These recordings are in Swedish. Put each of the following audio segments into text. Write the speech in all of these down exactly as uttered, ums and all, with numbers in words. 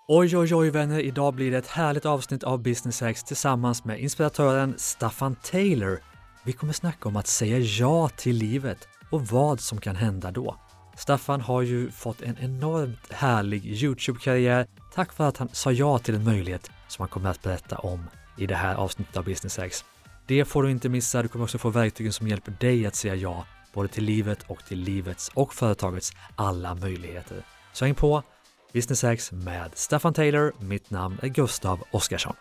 Oj, oj, oj vänner, idag blir det ett härligt avsnitt av Business Hacks tillsammans med inspiratören Staffan Taylor. Vi kommer snacka om att säga ja till livet och vad som kan hända då. Staffan har ju fått en enormt härlig YouTube-karriär tack vare att han sa ja till en möjlighet som han kommer att berätta om i det här avsnittet av Business Hacks. Det får du inte missa, du kommer också få verktygen som hjälper dig att säga ja både till livet och till livets och företagets alla möjligheter. Så häng på! Business Hacks med Staffan Taylor. Mitt namn är Gustav Oskarsson.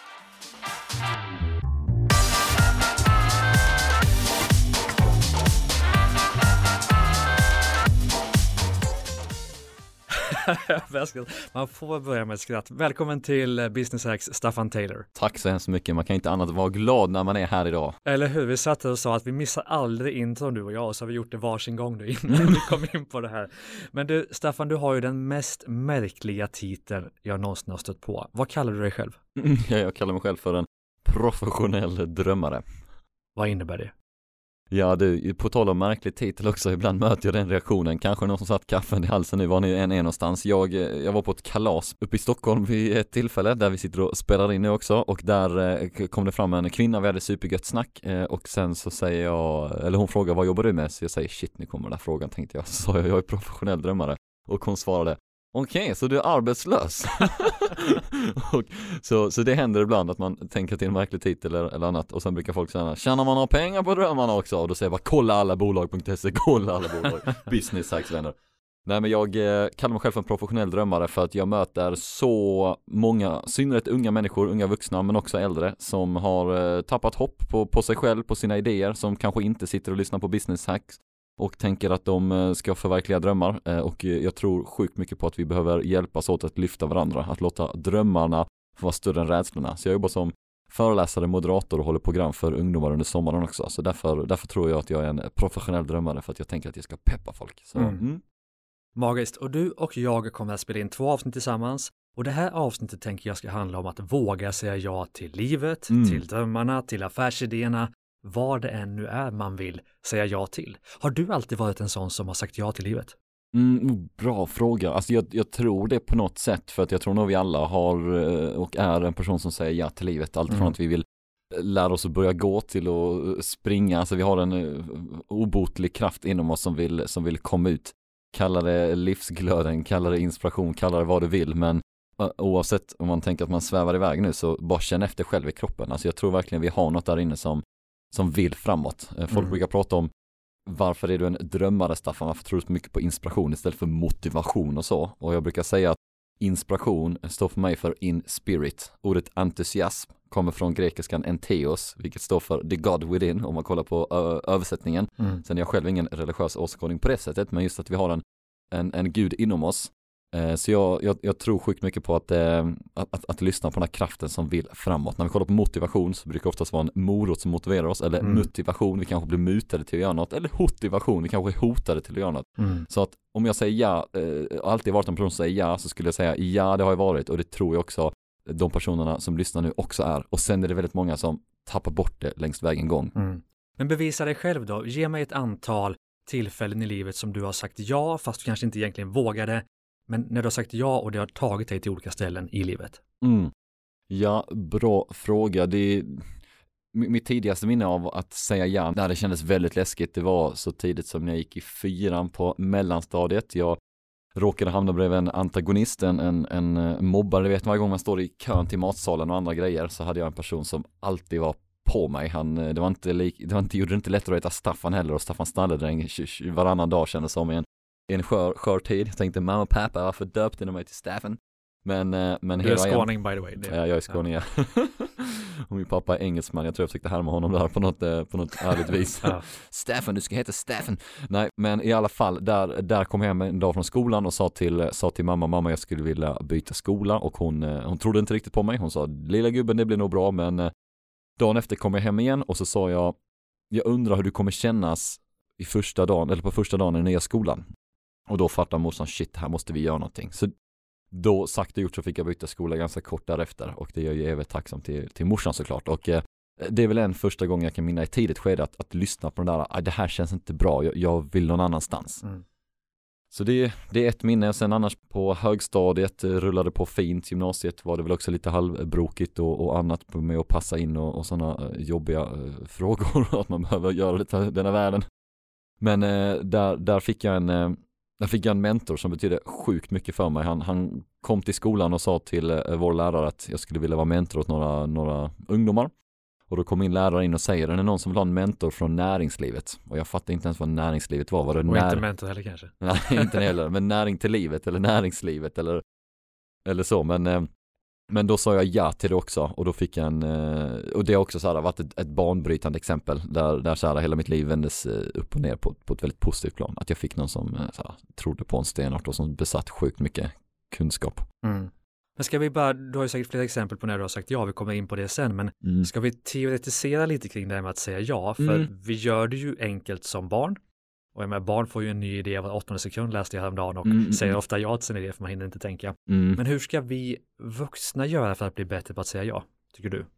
Man får börja med ett skratt. Välkommen till Business Hacks, Staffan Taylor. Tack så hemskt mycket. Man kan inte annat vara glad när man är här idag. Eller hur? Vi satt och sa att vi missar aldrig intron du och jag, och så har vi gjort det varsin gång nu innan vi kom in på det här. Men du, Staffan, du har ju den mest märkliga titeln jag någonsin har stött på. Vad kallar du dig själv? Ja, jag kallar mig själv för en professionell drömmare. Vad innebär det? Ja du, på tal om märklig titel också, ibland möter jag den reaktionen. Kanske någon som satt kaffen i halsen nu, var ni än är någonstans. Jag, jag var på ett kalas uppe i Stockholm vid ett tillfälle där vi sitter och spelar in nu också. Och där eh, kom det fram en kvinna, vi hade supergött snack. Eh, och sen så säger jag, eller hon frågar vad jobbar du med? Så jag säger shit, nu kommer den där frågan, tänkte jag. Så sa jag, jag är professionell drömmare. Och hon svarade, okej, okay, så du är arbetslös. och, så, så det händer ibland att man tänker till en verklig titel eller, eller annat. Och sen brukar folk säga, tjänar man har pengar på drömmarna också? Och då säger jag bara, kolla alla bolag punkt se, kolla alla bolag. Business Hacks, vänner. Nej, men jag eh, kallar mig själv för en professionell drömmare för att jag möter så många, synnerhet unga människor, unga vuxna men också äldre, som har eh, tappat hopp på, på sig själv, på sina idéer, som kanske inte sitter och lyssnar på Business Hacks och tänker att de ska förverkliga drömmar. Och jag tror sjukt mycket på att vi behöver hjälpas åt att lyfta varandra. Att låta drömmarna få vara större än rädslorna. Så jag jobbar som föreläsare, moderator och håller program för ungdomar under sommaren också. Så därför, därför tror jag att jag är en professionell drömmare, för att jag tänker att jag ska peppa folk. Så, mm. Mm. Magiskt. Och du och jag kommer att spela in två avsnitt tillsammans. Och det här avsnittet tänker jag ska handla om att våga säga ja till livet, Mm. till drömmarna, till affärsidéerna. Vad det än nu är man vill säga ja till. Har du alltid varit en sån som har sagt ja till livet? Mm, bra fråga. Alltså jag, jag tror det på något sätt, för att jag tror nog vi alla har och är en person som säger ja till livet. Allt från mm. att vi vill lära oss att börja gå till att springa. Alltså vi har en obotlig kraft inom oss som vill, som vill komma ut. Kalla det livsglöden, kalla det inspiration, kalla det vad du vill. Men oavsett om man tänker att man svävar iväg nu, så bara känn efter själv i kroppen. Alltså jag tror verkligen vi har något där inne som som vill framåt. Folk mm. brukar prata om varför är du en drömmare, Staffan? Varför tror du så mycket på inspiration istället för motivation och så? Och jag brukar säga att inspiration står för mig för in spirit. Ordet entusiasm kommer från grekiskan entheos, vilket står för the God within, om man kollar på ö- översättningen. Mm. Sen är jag själv ingen religiös åskådning på det sättet, men just att vi har en, en, en gud inom oss. Så jag, jag, jag tror sjukt mycket på att, eh, att, att, att lyssna på den här kraften som vill framåt. När vi kollar på motivation så brukar det oftast vara en morot som motiverar oss. Eller mm. motivation, vi kanske blir mutade till att göra något. Eller motivation, vi kanske är hotade till att göra något. Mm. Så att om jag säger ja, eh, alltid varit en person som säger ja, så skulle jag säga ja, det har jag varit. Och det tror jag också de personerna som lyssnar nu också är. Och sen är det väldigt många som tappar bort det längs vägen gång. Mm. Men bevisa dig själv då. Ge mig ett antal tillfällen i livet som du har sagt ja, fast du kanske inte egentligen vågade. Men när du har sagt ja och det har tagit dig till olika ställen i livet. Mm. Ja, bra fråga. Det är mitt tidigaste minne av att säga ja, där det kändes väldigt läskigt. Det var så tidigt som när jag gick i fyran på mellanstadiet. Jag råkade hamna bredvid en antagonist, en, en, en mobbare. Du vet, varje gång man står i kön till matsalen och andra grejer så hade jag en person som alltid var på mig. Han, det var inte, lik, det var inte, gjorde det inte lättare att heta Staffan heller, och Staffan Stalledräng varannan dag kändes som en en skör, skör tid. Jag tänkte, mamma och pappa, varför döpte de mig till Staffan? Men, men du är skåning, by the way. Det. Ja, jag är skåning, ja. Och min pappa är engelsman. Jag tror jag försökte härma honom där på något, på något ärligt vis. Ja. Staffan, du ska heta Staffan. Nej, men i alla fall, där, där kom jag hem en dag från skolan och sa till, sa till mamma, mamma, jag skulle vilja byta skola. Och hon, hon trodde inte riktigt på mig. Hon sa, lilla gubben, det blir nog bra. Men dagen efter kom jag hem igen och så sa jag, jag undrar hur du kommer kännas i första dagen, eller på första dagen i den nya skolan. Och då fattar morsan, shit, här måste vi göra någonting. Så då sagt och gjort så fick jag byta skola ganska kort därefter. Och det är jag ju evigt tacksam till, till morsan såklart. Och eh, det är väl en första gång jag kan minna i tidigt skede att, att lyssna på den där, det här känns inte bra, jag, jag vill någon annanstans. Mm. Så det, det är ett minne. Sen annars på högstadiet rullade på fint. Gymnasiet var det väl också lite halvbrokigt och, och annat med att passa in och, och sådana jobbiga eh, frågor att man behöver göra lite av denna världen. Men eh, där, där fick jag en eh, där fick jag en mentor som betydde sjukt mycket för mig. Han, han kom till skolan och sa till eh, vår lärare att jag skulle vilja vara mentor åt några, några ungdomar. Och då kom min lärare in och säger, är det någon som vill ha en mentor från näringslivet? Och jag fattade inte ens vad näringslivet var. var det och när... inte mentor heller kanske. Nej, inte heller. Men näring till livet eller näringslivet eller, eller så. Men, eh, men då sa jag ja till det också. Och då fick jag en, eh, och det har också så här, varit ett, ett banbrytande exempel. Där, där så här, hela mitt liv vändes upp och ner på, på ett väldigt positivt plan. Att jag fick någon som så här, trodde på en stenart och som besatt sjukt mycket kunskap. Mm. Men ska vi bara, du har ju säkert flera exempel på när du har sagt ja, vi kommer in på det sen, men mm. ska vi teoretisera lite kring det här med att säga ja? För mm. vi gör det ju enkelt som barn. Och jag menar, barn får ju en ny idé var åttonde sekund, läste jag häromdagen och mm. säger ofta ja till sin idé för man hinner inte tänka. Mm. Men hur ska vi vuxna göra för att bli bättre på att säga ja, tycker du?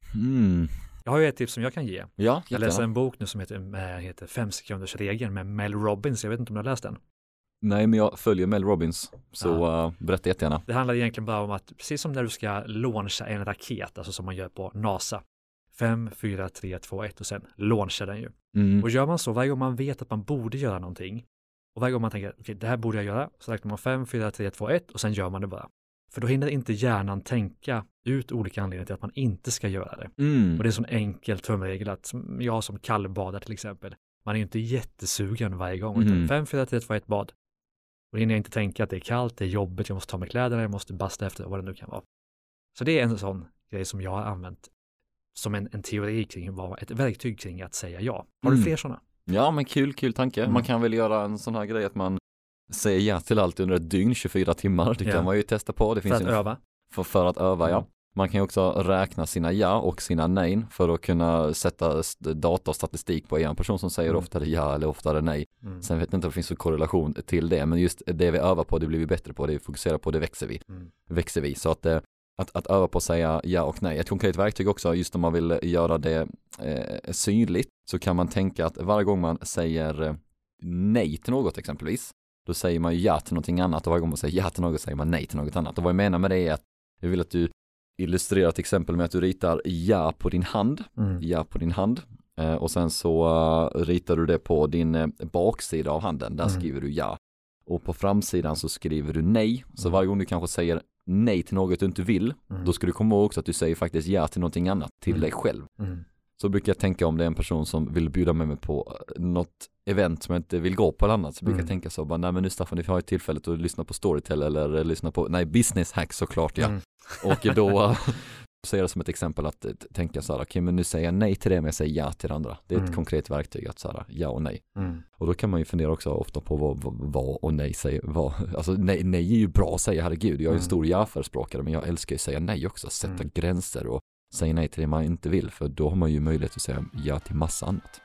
Mm. Jag har ju ett tips som jag kan ge. Ja, jag läser en bok nu som heter, heter Fem sekunders regeln med Mel Robbins, jag vet inte om du har läst den. Nej, men jag följer Mel Robbins, så ja. uh, berätta jättegärna. Det handlar egentligen bara om att, precis som när du ska launcha en raket, alltså som man gör på NASA, fem, fyra, tre, två, ett och sen launchar den ju. Mm. Och gör man så, varje gång man vet att man borde göra någonting, och varje gång man tänker, okej, okay, det här borde jag göra, så räknar man fem, fyra, tre, två, ett och sen gör man det bara. För då hinner inte hjärnan tänka ut olika anledningar till att man inte ska göra det. Mm. Och det är en sån enkel tumregel att jag som kallbadar till exempel, man är ju inte jättesugen varje gång, utan fem, fyra, tre, två, ett bad. Och då hinner jag inte tänka att det är kallt, det är jobbigt, jag måste ta med kläderna, jag måste basta efter vad det nu kan vara. Så det är en sån grej som jag har använt som en, en teori kring, vad, ett verktyg kring att säga ja. Har du mm. fler sådana? Ja, men kul, kul tanke. Mm. Man kan väl göra en sån här grej att man säger ja till allt under ett dygn, tjugofyra timmar. Det ja. kan man ju testa på. Det för finns att en... öva? För, för att öva, mm. ja. Man kan ju också räkna sina ja och sina nej för att kunna sätta data och statistik på en person som säger mm. oftare ja eller oftare nej. Mm. Sen vet jag inte om det finns en korrelation till det, men just det vi övar på, det blir vi bättre på, det vi fokuserar på, det växer vi. Mm. Växer vi. Så att, att, att öva på att säga ja och nej. Ett konkret verktyg också, just om man vill göra det eh, synligt, så kan man tänka att varje gång man säger nej till något exempelvis, då säger man ja till någonting annat, och varje gång man säger ja till något säger man nej till något annat. Och vad jag menar med det är att jag vill att du illustrerar till exempel med att du ritar ja på din hand, mm. ja på din hand eh, och sen så uh, ritar du det på din eh, baksida av handen, där mm. skriver du ja, och på framsidan så skriver du nej, så mm. varje gång du kanske säger nej till något du inte vill, mm. då ska du komma ihåg också att du säger faktiskt ja till någonting annat, till mm. dig själv. Mm. Så brukar jag tänka om det är en person som vill bjuda med mig på något event som jag inte vill gå på eller annat, så brukar mm. jag tänka så, bara, nej men nu Staffan, vi har ju tillfället att lyssna på Storytel eller, eller lyssna på, nej business hack såklart ja. Mm. Och då säger jag som ett exempel att tänka så här, okej okay, men nu säger jag nej till det men jag säger ja till det andra. Det är ett mm. konkret verktyg att så här, ja och nej. Mm. Och då kan man ju fundera också ofta på vad, vad, vad och nej säger, vad, alltså nej, nej är ju bra att säga, herregud, jag är en mm. stor ja-förespråkare, men jag älskar ju att säga nej också, sätta mm. gränser och säga nej till det man inte vill, för då har man ju möjlighet att säga ja till massa annat.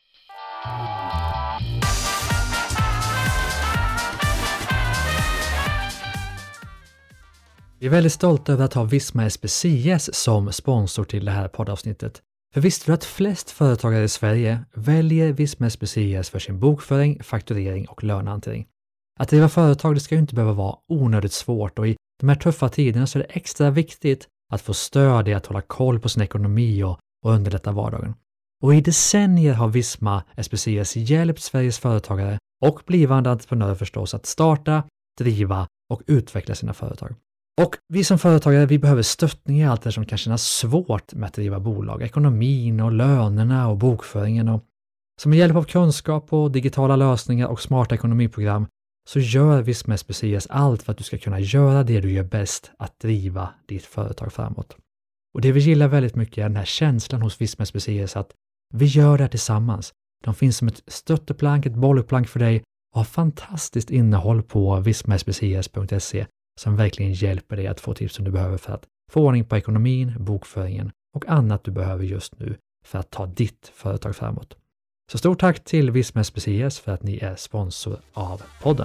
Vi är väldigt stolta över att ha Visma S B C S som sponsor till det här poddavsnittet. För visste du att flest företagare i Sverige väljer Visma S B C S för sin bokföring, fakturering och lönehantering? Att driva företag, det ska ju inte behöva vara onödigt svårt, och i de här tuffa tiderna så är det extra viktigt att få stöd i att hålla koll på sin ekonomi och, och underlätta vardagen. Och i decennier har Visma S B C S hjälpt Sveriges företagare och blivande entreprenörer förstås att starta, driva och utveckla sina företag. Och vi som företagare, vi behöver stöttning i allt det som kan kännas svårt med att driva bolag. Ekonomin och lönerna och bokföringen. Och som med hjälp av kunskap och digitala lösningar och smarta ekonomiprogram så gör Visma S B C S allt för att du ska kunna göra det du gör bäst, att driva ditt företag framåt. Och det vi gillar väldigt mycket är den här känslan hos Visma S B C S att vi gör det här tillsammans. De finns som ett stötteplank, ett bollplank för dig och har fantastiskt innehåll på visma s b c s punkt se som verkligen hjälper dig att få tips som du behöver för att få ordning på ekonomin, bokföringen och annat du behöver just nu för att ta ditt företag framåt. Så stort tack till Visma S B C S för att ni är sponsor av podden.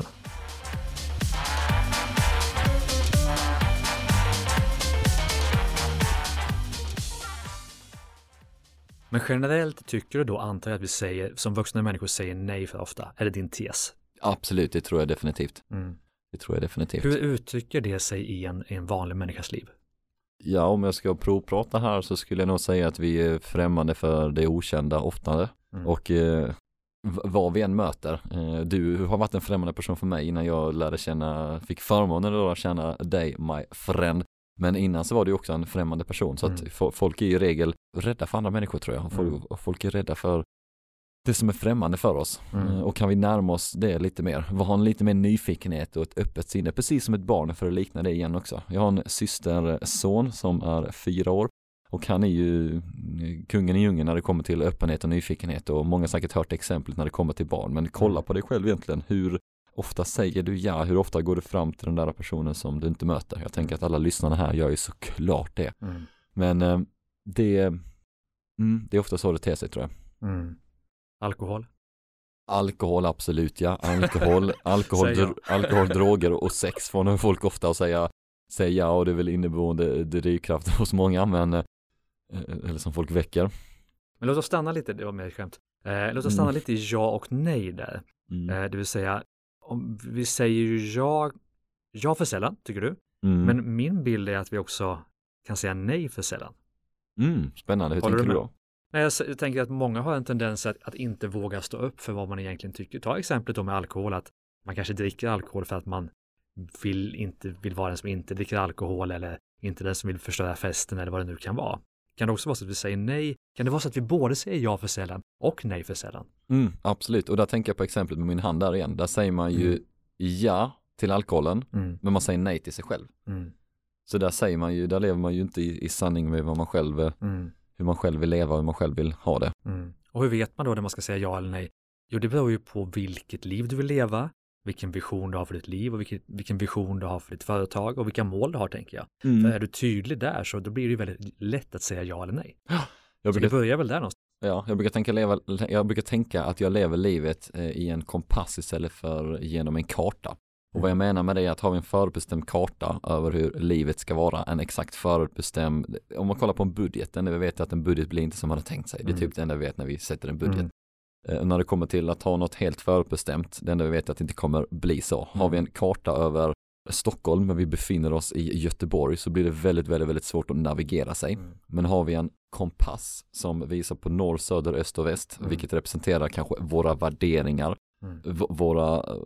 Men generellt tycker du då, antar jag att vi säger, som vuxna människor säger nej för ofta? Är det din tes? Absolut, det tror jag definitivt. Mm. Det tror jag definitivt. Hur uttrycker det sig i en, i en vanlig människas liv? Ja, om jag ska provprata här så skulle jag nog säga att vi är främmande för det okända oftare. Mm. Och eh, vad vi än möter. Eh, du har varit en främmande person för mig innan jag lärde känna, fick förmånen då att känna dig, my friend. Men innan så var du också en främmande person. Så mm. att folk är i regel rädda för andra människor, tror jag. Folk, mm. folk är rädda för det som är främmande för oss. Mm. Och kan vi närma oss det lite mer. Vi har en lite mer nyfikenhet och ett öppet sinne. Precis som ett barn, för att likna det igen också. Jag har en systerson som är fyra år. Och han är ju kungen i djungeln när det kommer till öppenhet och nyfikenhet. Och många har säkert hört exemplet när det kommer till barn. Men kolla på dig själv egentligen. Hur ofta säger du ja? Hur ofta går du fram till den där personen som du inte möter? Jag tänker att alla lyssnarna här gör ju såklart det. Mm. Men eh, det, mm, det är ofta så det ter sig, tror jag. Mm. Alkohol? Alkohol, absolut, ja. Alkohol, alkohol, dr- alkohol, droger och sex får folk ofta att säga, säga ja, och det är väl inneboende drivkraft hos många, men eller som folk väcker. Men låt oss stanna lite, det var mer skämt. Eh, låt oss stanna mm. lite i ja och nej där. Mm. Eh, det vill säga, om vi säger ju ja, ja för sällan, tycker du? Mm. Men min bild är att vi också kan säga nej för sällan. Mm, spännande, hur Håller tänker du, du då? Nej, jag tänker att många har en tendens att, att inte våga stå upp för vad man egentligen tycker. Ta exemplet då med alkohol, att man kanske dricker alkohol för att man vill, inte, vill vara den som inte dricker alkohol, eller inte den som vill förstöra festen, eller vad det nu kan vara. Kan det också vara så att vi säger nej? Kan det vara så att vi både säger ja för sällan och nej för sällan? Mm, absolut, och där tänker jag på exemplet med min hand där igen. Där säger man ju mm. ja till alkoholen, mm. men man säger nej till sig själv. Mm. Så där säger man ju, där lever man ju inte i, i sanning med vad man själv, mm. hur man själv vill leva och hur man själv vill ha det. Mm. Och hur vet man då när man ska säga ja eller nej? Jo, det beror ju på vilket liv du vill leva, vilken vision du har för ditt liv och vilken, vilken vision du har för ditt företag och vilka mål du har, tänker jag. Mm. För är du tydlig där, så då blir det ju väldigt lätt att säga ja eller nej. Jag brukar, så det börjar väl där någonstans. Ja, jag brukar, tänka leva, jag brukar tänka att jag lever livet eh, i en kompass istället för genom en karta. Och vad jag menar med det är att har vi en förutbestämd karta över hur livet ska vara, en exakt förutbestämd, om man kollar på en budget, den där vi vet att en budget blir inte som man har tänkt sig. Det är typ det enda vi vet när vi sätter en budget. Mm. Eh, när det kommer till att ha något helt förutbestämt, det enda vi vet att det inte kommer bli så. Mm. Har vi en karta över Stockholm, men vi befinner oss i Göteborg, så blir det väldigt, väldigt, väldigt svårt att navigera sig. Mm. Men har vi en kompass som visar på norr, söder, öst och väst, mm. vilket representerar kanske våra värderingar, mm. v- våra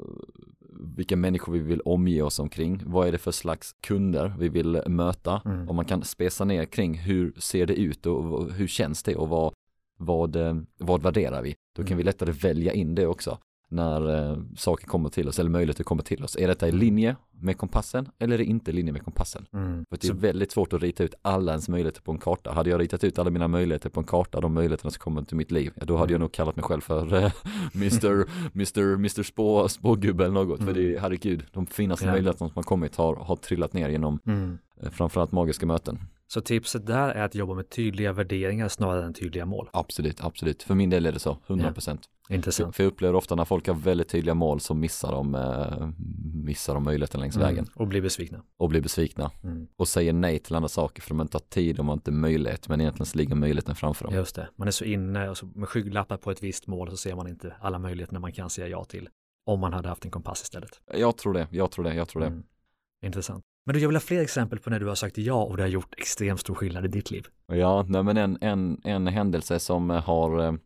vilka människor vi vill omge oss omkring, vad är det för slags kunder vi vill möta, mm. och man kan spesa ner kring hur ser det ut och hur känns det och vad, vad, vad värderar vi. Då kan mm. vi lättare välja in det också när eh, saker kommer till oss eller möjligheter kommer till oss. Är detta i linje med kompassen eller är det inte i linje med kompassen? Mm. För det är så väldigt svårt att rita ut alla ens möjligheter på en karta. Hade jag ritat ut alla mina möjligheter på en karta, de möjligheterna som kommer till mitt liv, ja, då hade mm. jag nog kallat mig själv för eh, mister mister mister Spå, spågubbe eller något. Mm. För det är, herregud, de finaste yeah. möjligheterna som har kommit har, har trillat ner genom mm. eh, framförallt magiska möten. Så tipset där är att jobba med tydliga värderingar snarare än tydliga mål. Absolut, absolut. För min del är det så, hundra procent. Ja. Intressant. För jag upplever ofta när folk har väldigt tydliga mål så missar de, eh, missar de möjligheten längs mm. vägen. Och blir besvikna. Och blir besvikna. Mm. Och säger nej till andra saker för de inte har tid, de har inte möjlighet, men egentligen så ligger möjligheten framför dem. Just det. Man är så inne och så med skygglappar på ett visst mål så ser man inte alla möjligheter man kan säga ja till. Om man hade haft en kompass istället. Jag tror det, jag tror det, jag tror det. Mm. Intressant. Men du, jag vill ha fler exempel på när du har sagt ja och det har gjort extremt stor skillnad i ditt liv. Ja, nej, men en, en, en händelse som har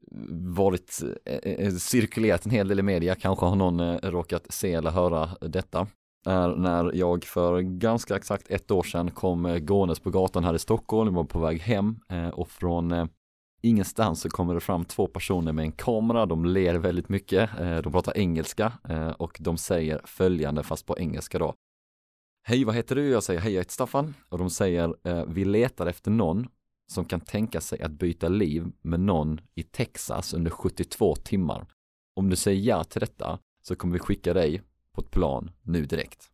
varit eh, cirkulerat en hel del i media, kanske har någon eh, råkat se eller höra detta, är när jag för ganska exakt ett år sedan kom eh, gåendes på gatan här i Stockholm. Jag var på väg hem eh, och från eh, ingenstans så kommer det fram två personer med en kamera. De ler väldigt mycket, eh, de pratar engelska eh, och de säger följande, fast på engelska då. Hej, vad heter du? Jag säger hej, jag heter Staffan. Och de säger, eh, vi letar efter någon som kan tänka sig att byta liv med någon i Texas under sjuttiotvå timmar. Om du säger ja till detta så kommer vi skicka dig på ett plan nu direkt.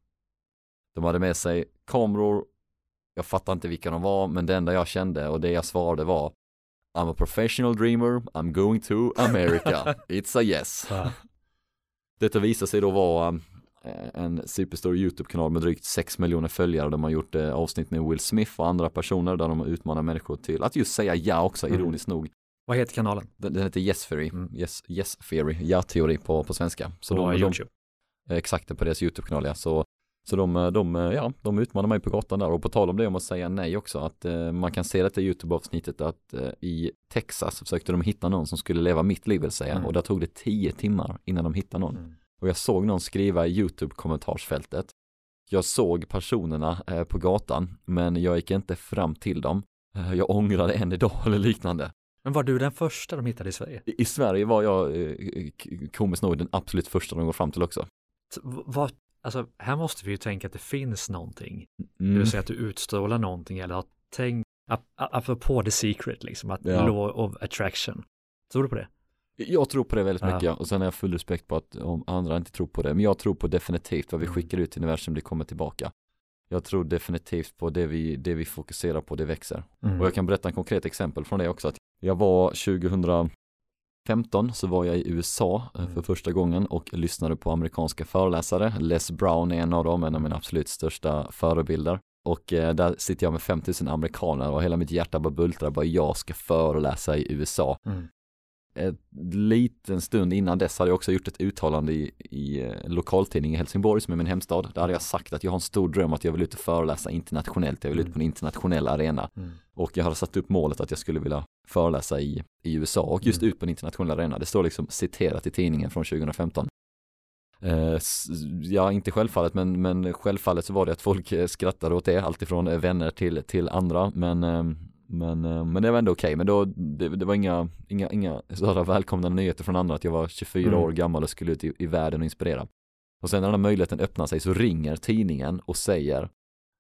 De hade med sig kameror. Jag fattar inte vilka de var, men det enda jag kände och det jag svarade var I'm a professional dreamer, I'm going to America. It's a yes. Detta visar sig då vara en superstor YouTube-kanal med drygt sex miljoner följare där man gjort eh, avsnitt med Will Smith och andra personer där de utmanar människor till att just säga ja också, mm. ironiskt nog. Vad heter kanalen? Den, den heter Yes Theory. Mm. Yes, yes Theory. Ja-teori på, på svenska. Så på de, YouTube. De, exakt, på deras YouTube-kanal, ja. Så, så de, de, ja, de utmanar mig på gatan där. Och på tal om det, om att säga nej också. Att eh, man kan se detta YouTube-avsnittet att eh, i Texas försökte de hitta någon som skulle leva mitt liv, vill säga. Mm. Och där tog det tio timmar innan de hittade någon. Mm. Och jag såg någon skriva i YouTube-kommentarsfältet. Jag såg personerna eh, på gatan, men jag gick inte fram till dem. Eh, jag ångrade än idag eller liknande. Men var du den första de hittade i Sverige? I, i Sverige var jag eh, komiskt nog den absolut första de går fram till också. Vad, alltså, här måste vi ju tänka att det finns någonting. Mm. Det vill säga att du utstrålar någonting eller har tänkt, apropå The Secret, liksom, att ja. Law of Attraction. Tror du på det? Jag tror på det väldigt mycket, ja. Och sen har jag full respekt på att om andra inte tror på det. Men jag tror på definitivt vad vi skickar ut i universum, det kommer tillbaka. Jag tror definitivt på det vi, det vi fokuserar på, det växer. Mm. Och jag kan berätta en konkret exempel från det också. Att jag var tjugohundrafemton så var jag i U S A mm. för första gången och lyssnade på amerikanska föreläsare. Les Brown är en av dem, en av mina absolut största förebilder. Och eh, där sitter jag med femtusen amerikaner och hela mitt hjärta bara bultrar, bara jag ska föreläsa i U S A. Mm. En liten stund innan dess hade jag också gjort ett uttalande i, i lokaltidning i Helsingborg som är min hemstad. Där hade jag sagt att jag har en stor dröm att jag vill ut och föreläsa internationellt. Jag vill ut på en internationell arena. Mm. Och jag hade satt upp målet att jag skulle vilja föreläsa i, i U S A och just mm. ut på en internationell arena. Det står liksom citerat i tidningen från tjugohundrafemton. Eh, ja, inte självfallet, men, men självfallet så var det att folk skrattade åt det. Alltifrån vänner till, till andra. Men... Eh, Men, men det var ändå okej. Okay. Men då, det, det var inga, inga, inga sådana välkomna nyheter från andra att jag var tjugofyra mm. år gammal och skulle ut i, i världen och inspirera. Och sen när den här möjligheten öppnar sig så ringer tidningen och säger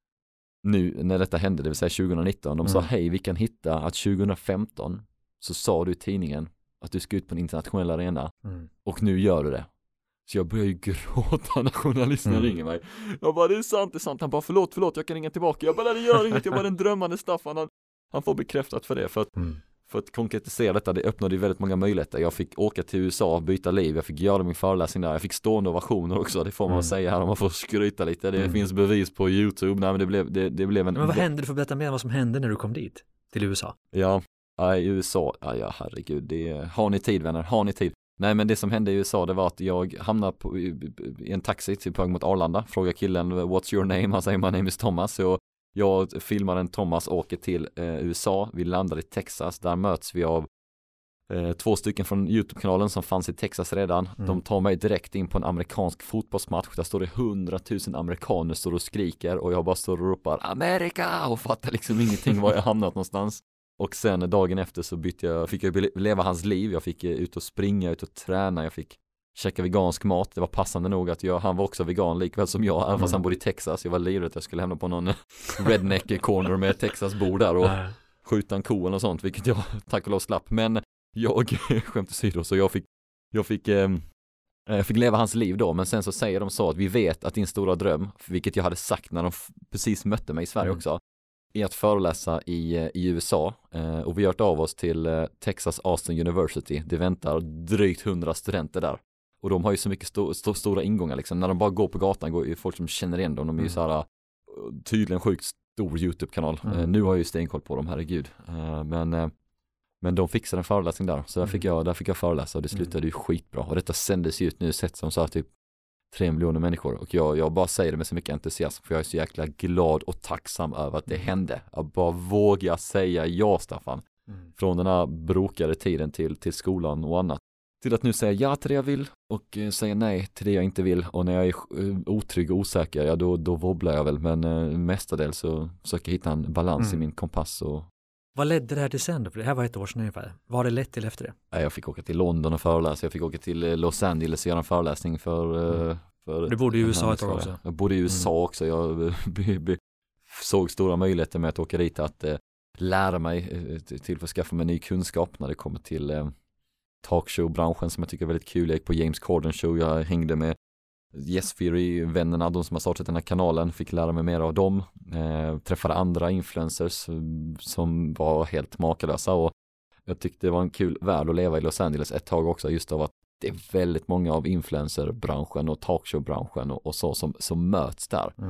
nu när detta hände, det vill säga tjugohundranitton, de mm. sa hej, vi kan hitta att tjugohundrafemton så sa du i tidningen att du ska ut på en internationell arena mm. och nu gör du det. Så jag börjar ju gråta när journalisten mm. ringer mig. Jag bara, det är sant, det är sant. Han bara, förlåt, förlåt, jag kan ringa tillbaka. Jag bara, det gör inget, jag bara den drömmande Staffan. Han, han får bekräftat för det. För att, mm. för att konkretisera detta, det öppnade ju väldigt många möjligheter. Jag fick åka till U S A, byta liv. Jag fick göra min föreläsning där. Jag fick stående ovationer också. Det får man mm. säga här om man får skryta lite. Det mm. finns bevis på YouTube. Nej, men det blev, det, det blev en... Men vad hände? Du får berätta mer vad som hände när du kom dit, till U S A. Ja, i U S A. Ja, ja herregud. Det, har ni tid, vänner? Har ni tid? Nej, men det som hände i U S A, det var att jag hamnade på, i, i en taxi till på väg mot Arlanda. Frågar killen, what's your name? Han säger, my name is Thomas. Så jag filmar en Thomas, åker till eh, U S A. Vi landar i Texas. Där möts vi av eh, två stycken från YouTube-kanalen som fanns i Texas redan. Mm. De tar mig direkt in på en amerikansk fotbollsmatch. Där står det hundratusen amerikaner står och skriker. Och jag bara står och ropar, Amerika! Och fattar liksom ingenting var jag hamnat någonstans. Och sen dagen efter så bytte jag, fick jag leva hans liv. Jag fick ut och springa, ut och träna. Jag fick käka vegansk mat. Det var passande nog att jag, han var också vegan likväl som jag. Även mm. fast han bodde i Texas. Jag var livrädd att jag skulle hamna på någon redneck corner med Texas-bord där och skjuta en ko och sånt. Vilket jag tack och lov slapp. Men jag skämte sidor så jag fick, jag fick, eh, jag fick leva hans liv då. Men sen så säger de så att vi vet att din stora dröm, vilket jag hade sagt när de f- precis mötte mig i Sverige mm. också, är att föreläsa i, i U S A eh, och vi har hört av oss till eh, Texas Austin University. Det väntar drygt hundra studenter där. Och de har ju så mycket sto- sto- stora ingångar liksom. När de bara går på gatan går ju folk som känner igen dem. De är ju mm. så här tydligen sjukt stor YouTube-kanal. Mm. Eh, nu har jag ju stenkoll på dem, herregud. Eh, men, eh, men de fixade en föreläsning där. Så där fick jag, där fick jag föreläsa och det slutade mm. ju skitbra. Och detta sändes ju ut nu sett som så här typ tre miljoner människor och jag, jag bara säger det med så mycket entusiasm för jag är så jäkla glad och tacksam över att det hände. Jag bara vågar säga ja, Staffan. Mm. Från den här brokade tiden till, till skolan och annat. Till att nu säga ja till det jag vill och eh, säga nej till det jag inte vill. Och när jag är eh, otrygg och osäker, ja då, då wobblar jag väl. Men eh, mestadels så försöker jag hitta en balans mm. i min kompass. Och... Vad ledde det här till sen då? För det här var ett år sedan ungefär. Vad har det lett till efter det? Jag fick åka till London och föreläsa. Jag fick åka till Los Angeles och göra en föreläsning för... Mm. För du bodde i U S A ett tag också. Jag bodde i U S A mm. också. Jag b- b- såg stora möjligheter med att åka dit att eh, lära mig eh, till att skaffa mig ny kunskap när det kommer till eh, talkshow-branschen som jag tycker är väldigt kul. Jag gick på James Corden show. Jag hängde med Yes Theory-vännerna, de som har startat den här kanalen. Fick lära mig mer av dem. Eh, träffade andra influencers eh, som var helt makalösa och jag tyckte det var en kul värld att leva i Los Angeles ett tag också just av att det är väldigt många av influencerbranschen och talkshow-branschen och, och så som, som möts där. Mm.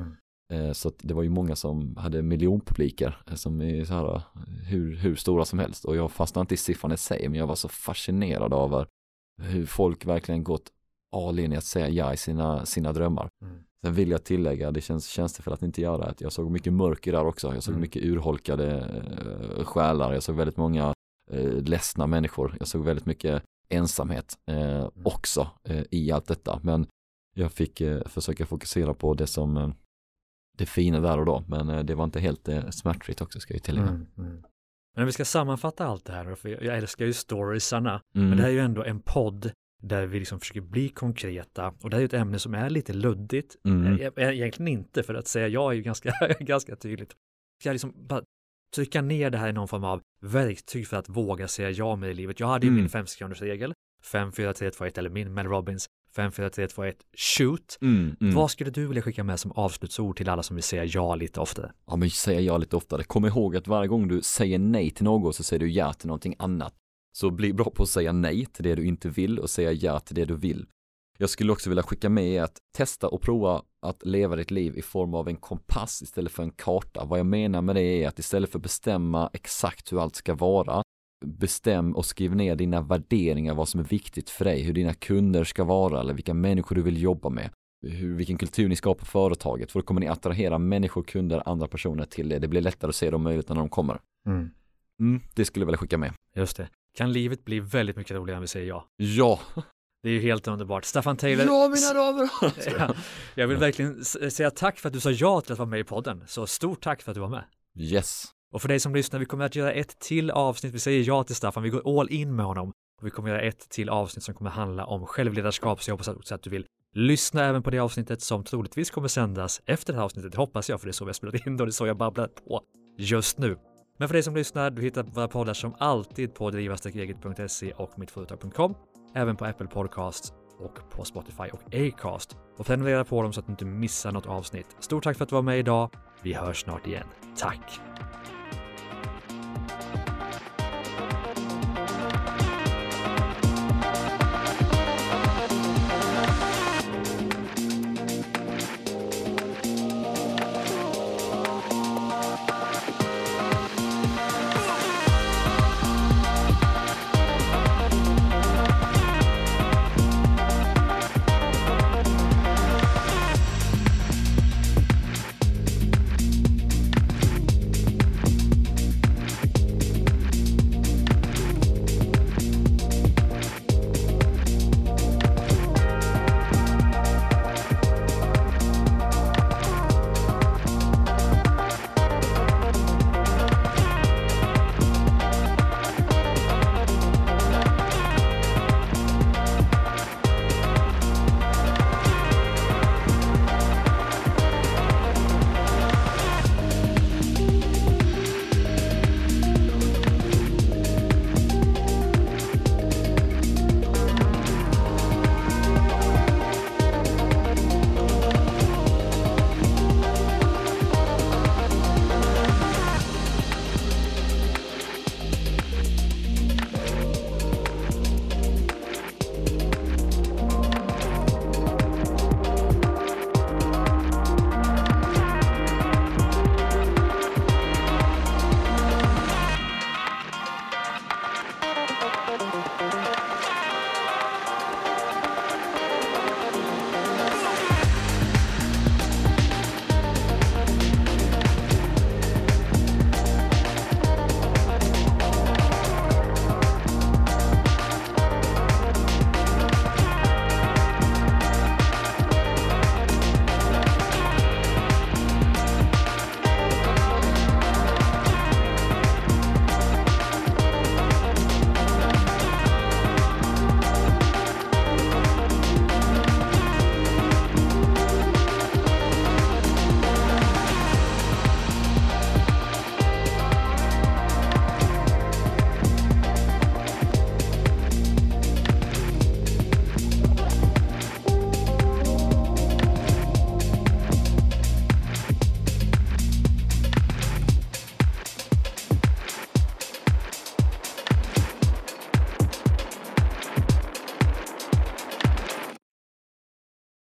Eh, så att det var ju många som hade miljonpubliker eh, som är så här, hur, hur stora som helst. Och jag fastnade inte i siffran i sig, men jag var så fascinerad av hur folk verkligen gått all in i att säga ja i sina, sina drömmar. Mm. Sen vill jag tillägga, det känns tjänstefel att inte göra att jag såg mycket mörker där också. Jag såg mm. mycket urholkade eh, själar. Jag såg väldigt många eh, ledsna människor. Jag såg väldigt mycket ensamhet eh, mm. också eh, i allt detta. Men jag fick eh, försöka fokusera på det som eh, det fina där och då. Men eh, det var inte helt eh, smärtfritt också, ska jag tillägga. Mm. Mm. Men vi ska sammanfatta allt det här, för jag älskar ju storiesarna. Mm. Men det här är ju ändå en podd där vi liksom försöker bli konkreta. Och det här är ett ämne som är lite luddigt. Mm. Egentligen inte, för att säga ja är ju ganska, ganska tydligt. Ska jag liksom bara trycka ner det här i någon form av verktyg för att våga säga ja med i livet. Jag hade ju mm. min fem sekunders regel. fem, fyra, tre, två, ett eller min Mel Robbins. fem, fyra, tre, två, ett, shoot. Mm, mm. Vad skulle du vilja skicka med som avslutsord till alla som vill säga ja lite oftare? Ja, men säga ja lite oftare. Kom ihåg att varje gång du säger nej till något så säger du ja till någonting annat. Så bli bra på att säga nej till det du inte vill och säga ja till det du vill. Jag skulle också vilja skicka med att testa och prova att leva ditt liv i form av en kompass istället för en karta. Vad jag menar med det är att istället för att bestämma exakt hur allt ska vara, bestäm och skriv ner dina värderingar, vad som är viktigt för dig, hur dina kunder ska vara eller vilka människor du vill jobba med, hur, vilken kultur ni skapar på företaget. För då kommer ni attrahera människor, kunder, andra personer till det. Det blir lättare att se dem möjligt när de kommer. Mm. Mm, det skulle jag vilja skicka med. Just det. Kan livet bli väldigt mycket roligare än vi säger ja? Ja. Det är ju helt underbart. Staffan Taylor. Ja, mina damer. Ja, jag vill verkligen säga tack för att du sa ja till att vara med i podden. Så stort tack för att du var med. Yes. Och för dig som lyssnar, vi kommer att göra ett till avsnitt. Vi säger ja till Staffan. Vi går all in med honom. Och vi kommer att göra ett till avsnitt som kommer handla om självledarskap. Så jag hoppas också att du vill lyssna även på det avsnittet som troligtvis kommer sändas efter det här avsnittet. Det hoppas jag, för det är så vi har spelat in och det är så jag babblar på just nu. Men för dig som lyssnar, du hittar våra poddar som alltid på driva eget punkt se och mittföretag punkt com. Även på Apple Podcasts och på Spotify och Acast. Och prenumerera på dem så att du inte missar något avsnitt. Stort tack för att du var med idag. Vi hörs snart igen. Tack!